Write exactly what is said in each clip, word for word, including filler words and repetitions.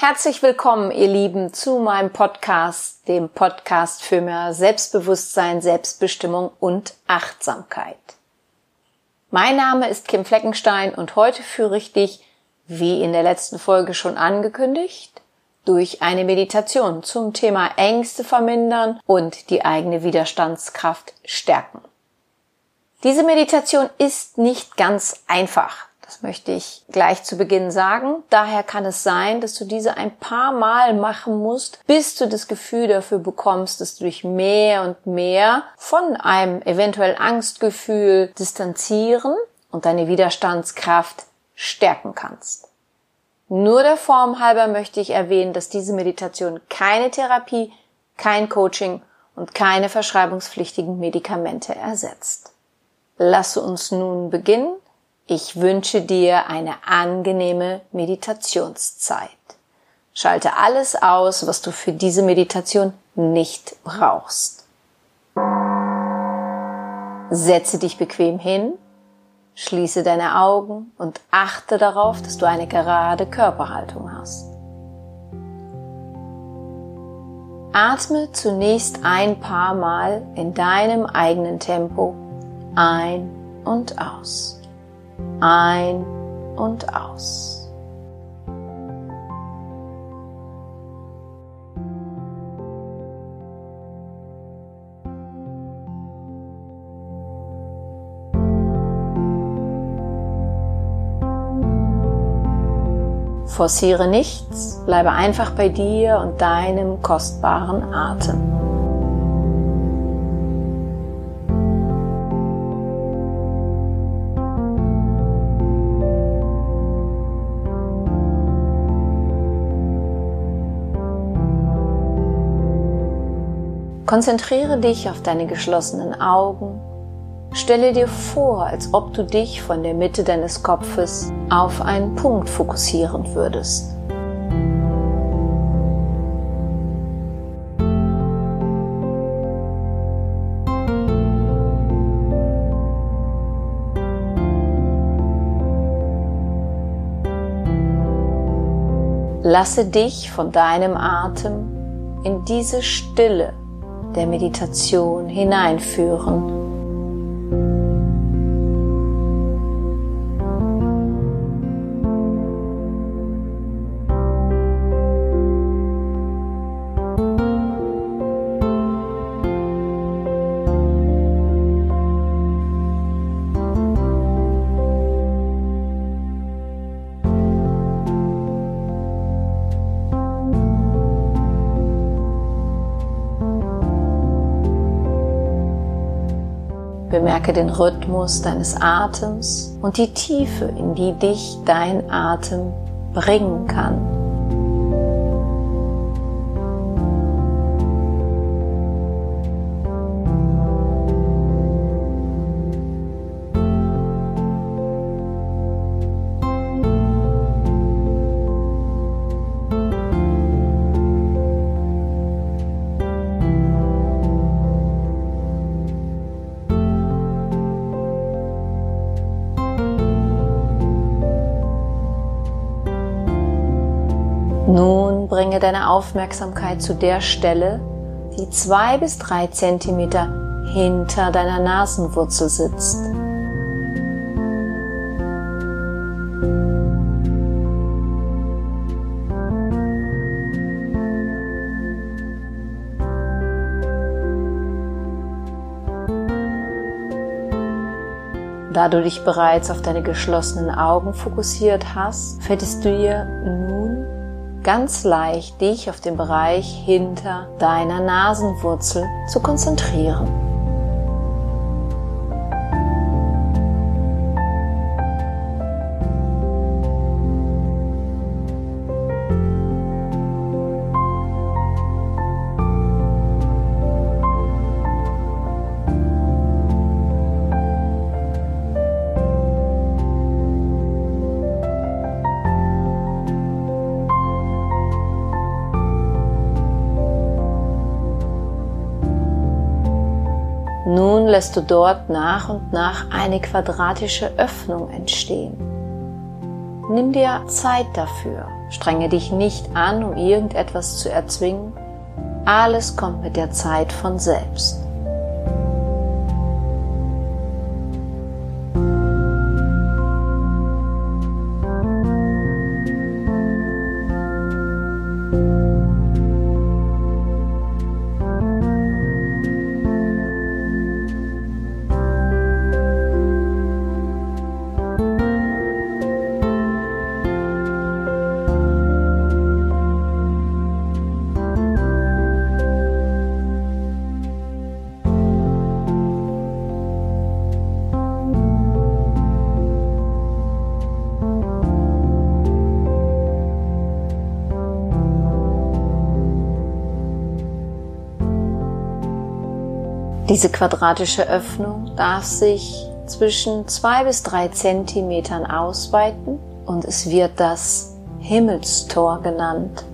Herzlich willkommen, ihr Lieben, zu meinem Podcast, dem Podcast für mehr Selbstbewusstsein, Selbstbestimmung und Achtsamkeit. Mein Name ist Kim Fleckenstein und heute führe ich dich, wie in der letzten Folge schon angekündigt, durch eine Meditation zum Thema Ängste vermindern und die eigene Widerstandskraft stärken. Diese Meditation ist nicht ganz einfach. Das möchte ich gleich zu Beginn sagen. Daher kann es sein, dass du diese ein paar Mal machen musst, bis du das Gefühl dafür bekommst, dass du dich mehr und mehr von einem eventuell Angstgefühl distanzieren und deine Widerstandskraft stärken kannst. Nur der Form halber möchte ich erwähnen, dass diese Meditation keine Therapie, kein Coaching und keine verschreibungspflichtigen Medikamente ersetzt. Lass uns nun beginnen. Ich wünsche dir eine angenehme Meditationszeit. Schalte alles aus, was du für diese Meditation nicht brauchst. Setze dich bequem hin, schließe deine Augen und achte darauf, dass du eine gerade Körperhaltung hast. Atme zunächst ein paar Mal in deinem eigenen Tempo ein und aus. Ein und aus. Forciere nichts, bleibe einfach bei dir und deinem kostbaren Atem. Konzentriere dich auf deine geschlossenen Augen. Stelle dir vor, als ob du dich von der Mitte deines Kopfes auf einen Punkt fokussieren würdest. Lasse dich von deinem Atem in diese Stille der Meditation hineinführen. Bemerke den Rhythmus deines Atems und die Tiefe, in die dich dein Atem bringen kann. Nun bringe deine Aufmerksamkeit zu der Stelle, die zwei bis drei Zentimeter hinter deiner Nasenwurzel sitzt. Da du dich bereits auf deine geschlossenen Augen fokussiert hast, fällt es dir nun ganz leicht, dich auf den Bereich hinter deiner Nasenwurzel zu konzentrieren. Nun lässt du dort nach und nach eine quadratische Öffnung entstehen. Nimm dir Zeit dafür. Strenge dich nicht an, um irgendetwas zu erzwingen. Alles kommt mit der Zeit von selbst. Diese quadratische Öffnung darf sich zwischen zwei bis drei Zentimetern ausweiten und es wird das Himmelstor genannt.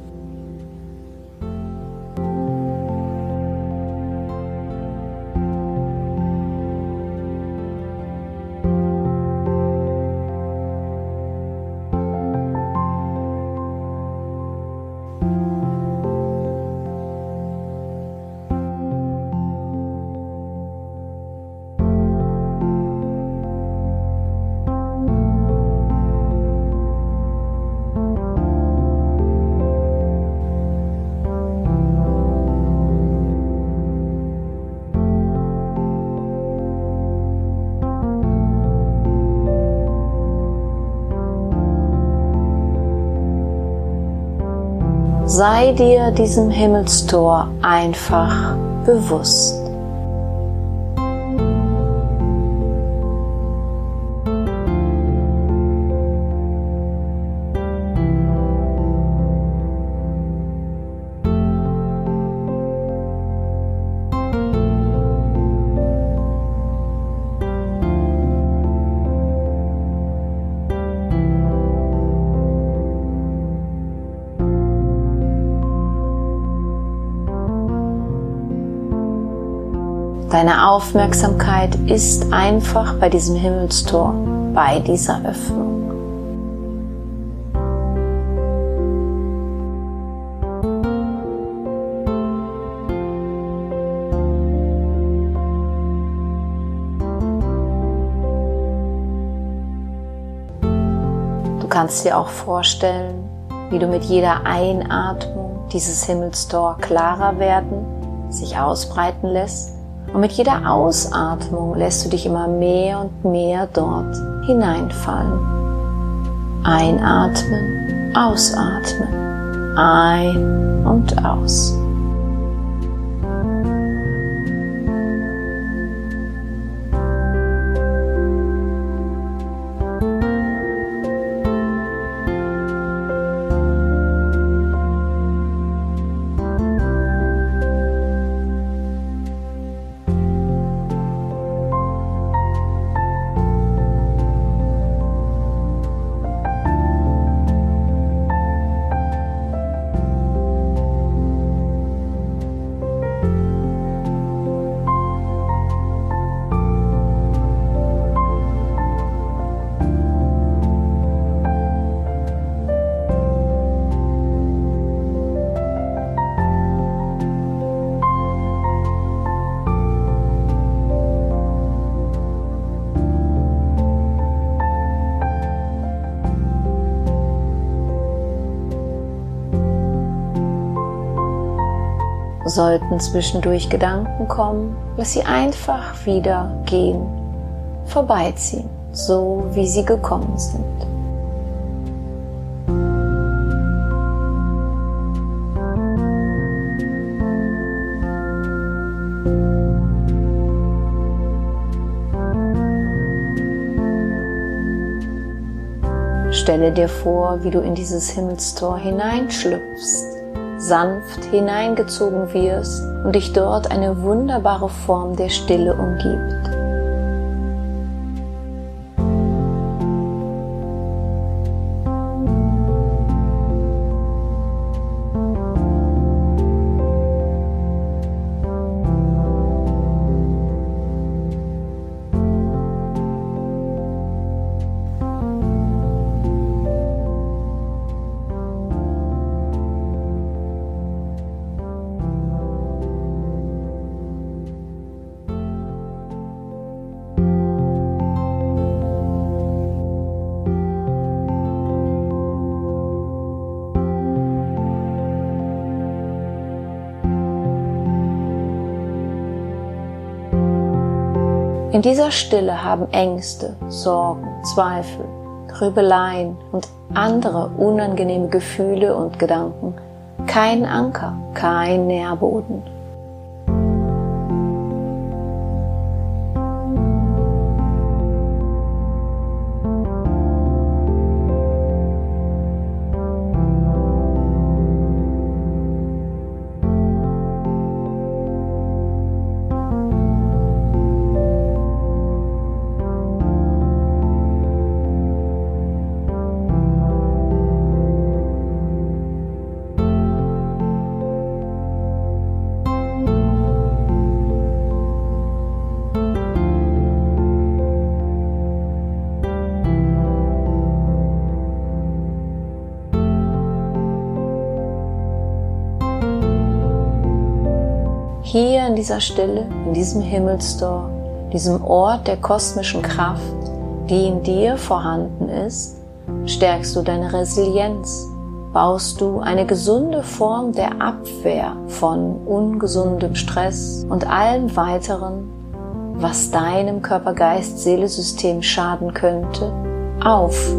Sei dir diesem Himmelstor einfach bewusst. Deine Aufmerksamkeit ist einfach bei diesem Himmelstor, bei dieser Öffnung. Du kannst dir auch vorstellen, wie du mit jeder Einatmung dieses Himmelstor klarer werden, sich ausbreiten lässt. Und mit jeder Ausatmung lässt du dich immer mehr und mehr dort hineinfallen. Einatmen, ausatmen, ein und aus. Sollten zwischendurch Gedanken kommen, lass sie einfach wieder gehen, vorbeiziehen, so wie sie gekommen sind. Stelle dir vor, wie du in dieses Himmelstor hineinschlüpfst, sanft hineingezogen wirst und dich dort eine wunderbare Form der Stille umgibt. In dieser Stille haben Ängste, Sorgen, Zweifel, Grübeleien und andere unangenehme Gefühle und Gedanken keinen Anker, kein Nährboden. Hier in dieser Stille, in diesem Himmelstor, diesem Ort der kosmischen Kraft, die in dir vorhanden ist, stärkst du deine Resilienz, baust du eine gesunde Form der Abwehr von ungesundem Stress und allem weiteren, was deinem Körper-Geist-Seele-System schaden könnte, auf.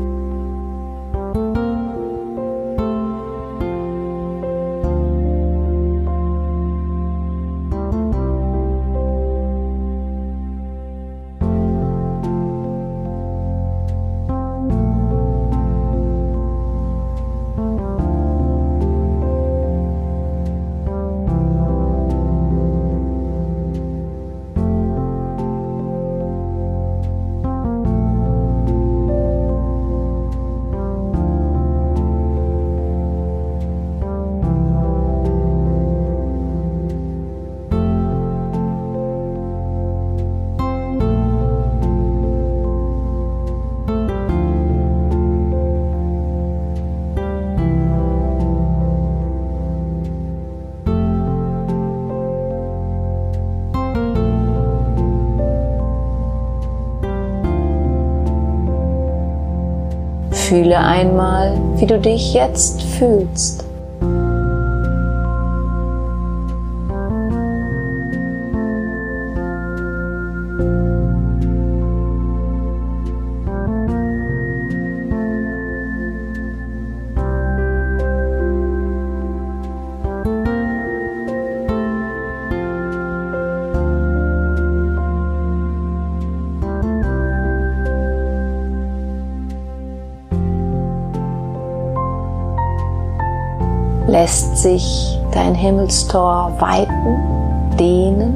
Fühle einmal, wie du dich jetzt fühlst. Lässt sich dein Himmelstor weiten, dehnen?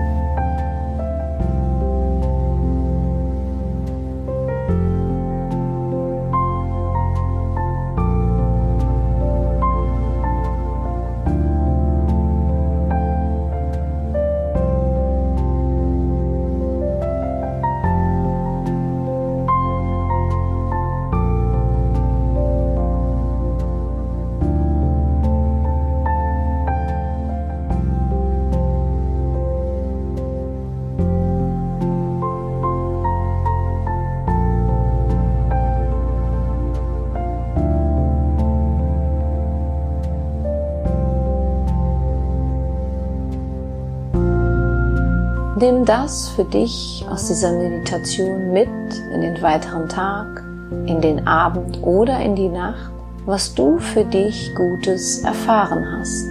Nimm das für dich aus dieser Meditation mit in den weiteren Tag, in den Abend oder in die Nacht, was du für dich Gutes erfahren hast.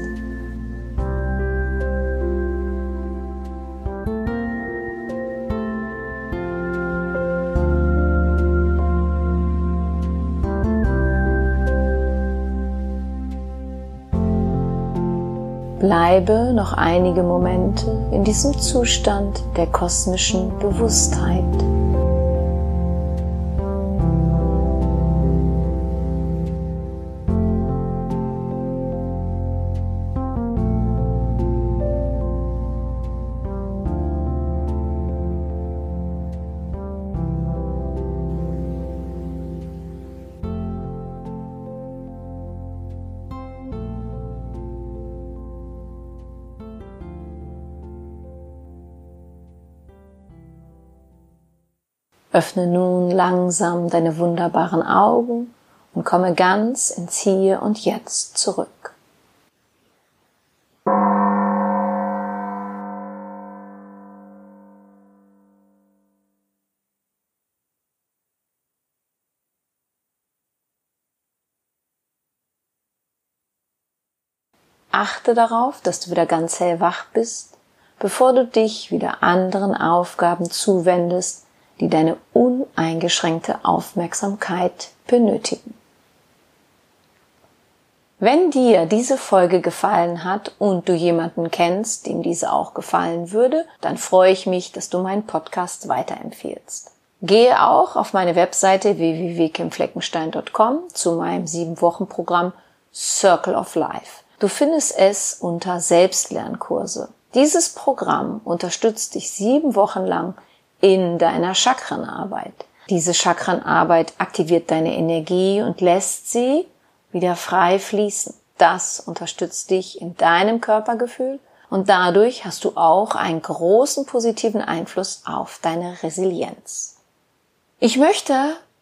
Bleibe noch einige Momente in diesem Zustand der kosmischen Bewusstheit. Öffne nun langsam deine wunderbaren Augen und komme ganz ins Hier und Jetzt zurück. achte darauf, dass du wieder ganz hellwach bist, bevor du dich wieder anderen Aufgaben zuwendest, die deine uneingeschränkte Aufmerksamkeit benötigen. Wenn dir diese Folge gefallen hat und du jemanden kennst, dem diese auch gefallen würde, dann freue ich mich, dass du meinen Podcast weiterempfiehlst. Gehe auch auf meine Webseite w w w punkt kim fleckenstein punkt com zu meinem sieben Wochen Programm Circle of Life. Du findest es unter Selbstlernkurse. Dieses Programm unterstützt dich sieben Wochen lang in deiner Chakrenarbeit. Diese Chakrenarbeit aktiviert deine Energie und lässt sie wieder frei fließen. Das unterstützt dich in deinem Körpergefühl und dadurch hast du auch einen großen positiven Einfluss auf deine Resilienz. Ich möchte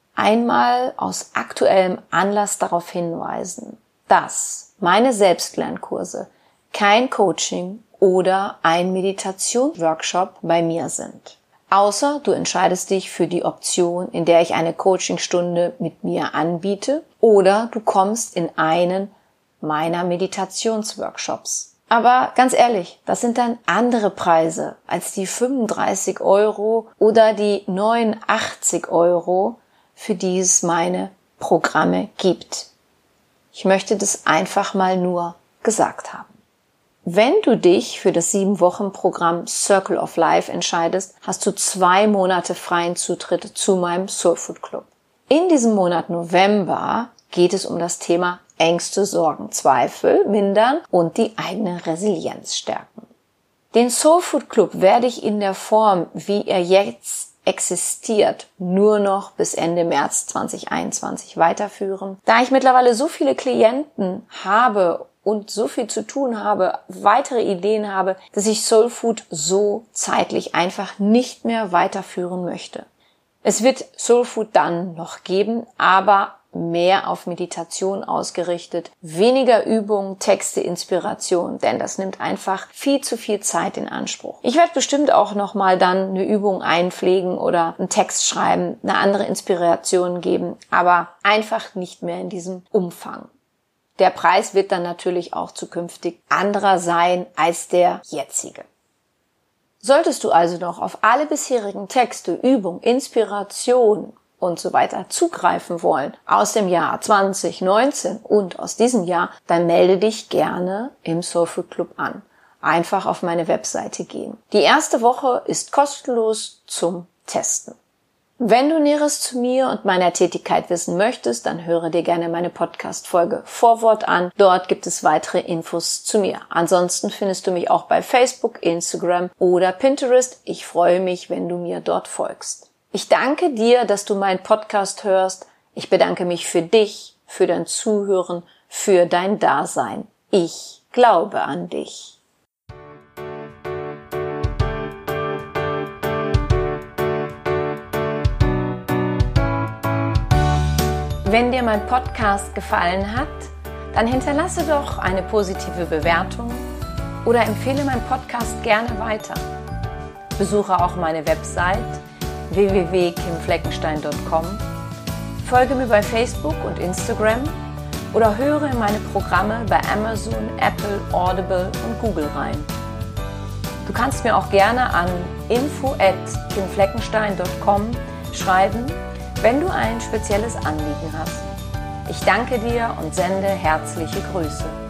einmal aus aktuellem Anlass darauf hinweisen, dass meine Selbstlernkurse kein Coaching oder ein Meditationsworkshop bei mir sind. Außer du entscheidest dich für die Option, in der ich eine Coachingstunde mit mir anbiete, oder du kommst in einen meiner Meditationsworkshops. Aber ganz ehrlich, das sind dann andere Preise als die fünfunddreißig Euro oder die neunundachtzig Euro, für die es meine Programme gibt. Ich möchte das einfach mal nur gesagt haben. Wenn du dich für das sieben Wochen Programm Circle of Life entscheidest, hast du zwei Monate freien Zutritt zu meinem Soul Food Club. In diesem Monat November geht es um das Thema Ängste, Sorgen, Zweifel mindern und die eigene Resilienz stärken. Den Soul Food Club werde ich in der Form, wie er jetzt existiert, nur noch bis Ende März zweitausendeinundzwanzig weiterführen. Da ich mittlerweile so viele Klienten habe und so viel zu tun habe, weitere Ideen habe, dass ich Soul Food so zeitlich einfach nicht mehr weiterführen möchte. Es wird Soul Food dann noch geben, aber mehr auf Meditation ausgerichtet, weniger Übungen, Texte, Inspiration, denn das nimmt einfach viel zu viel Zeit in Anspruch. Ich werde bestimmt auch nochmal dann eine Übung einpflegen oder einen Text schreiben, eine andere Inspiration geben, aber einfach nicht mehr in diesem Umfang. Der Preis wird dann natürlich auch zukünftig anderer sein als der jetzige. Solltest du also noch auf alle bisherigen Texte, Übungen, Inspiration und so weiter zugreifen wollen aus dem Jahr zwanzig neunzehn und aus diesem Jahr, dann melde dich gerne im Soul Food Club an. Einfach auf meine Webseite gehen. Die erste Woche ist kostenlos zum Testen. Wenn du Näheres zu mir und meiner Tätigkeit wissen möchtest, dann höre dir gerne meine Podcast-Folge Vorwort an. Dort gibt es weitere Infos zu mir. Ansonsten findest du mich auch bei Facebook, Instagram oder Pinterest. Ich freue mich, wenn du mir dort folgst. Ich danke dir, dass du meinen Podcast hörst. Ich bedanke mich für dich, für dein Zuhören, für dein Dasein. Ich glaube an dich. Wenn dir mein Podcast gefallen hat, dann hinterlasse doch eine positive Bewertung oder empfehle meinen Podcast gerne weiter. Besuche auch meine Website w w w punkt kim fleckenstein punkt com, folge mir bei Facebook und Instagram oder höre in meine Programme bei Amazon, Apple, Audible und Google rein. Du kannst mir auch gerne an info at kim fleckenstein punkt com schreiben, wenn du ein spezielles Anliegen hast. Ich danke dir und sende herzliche Grüße.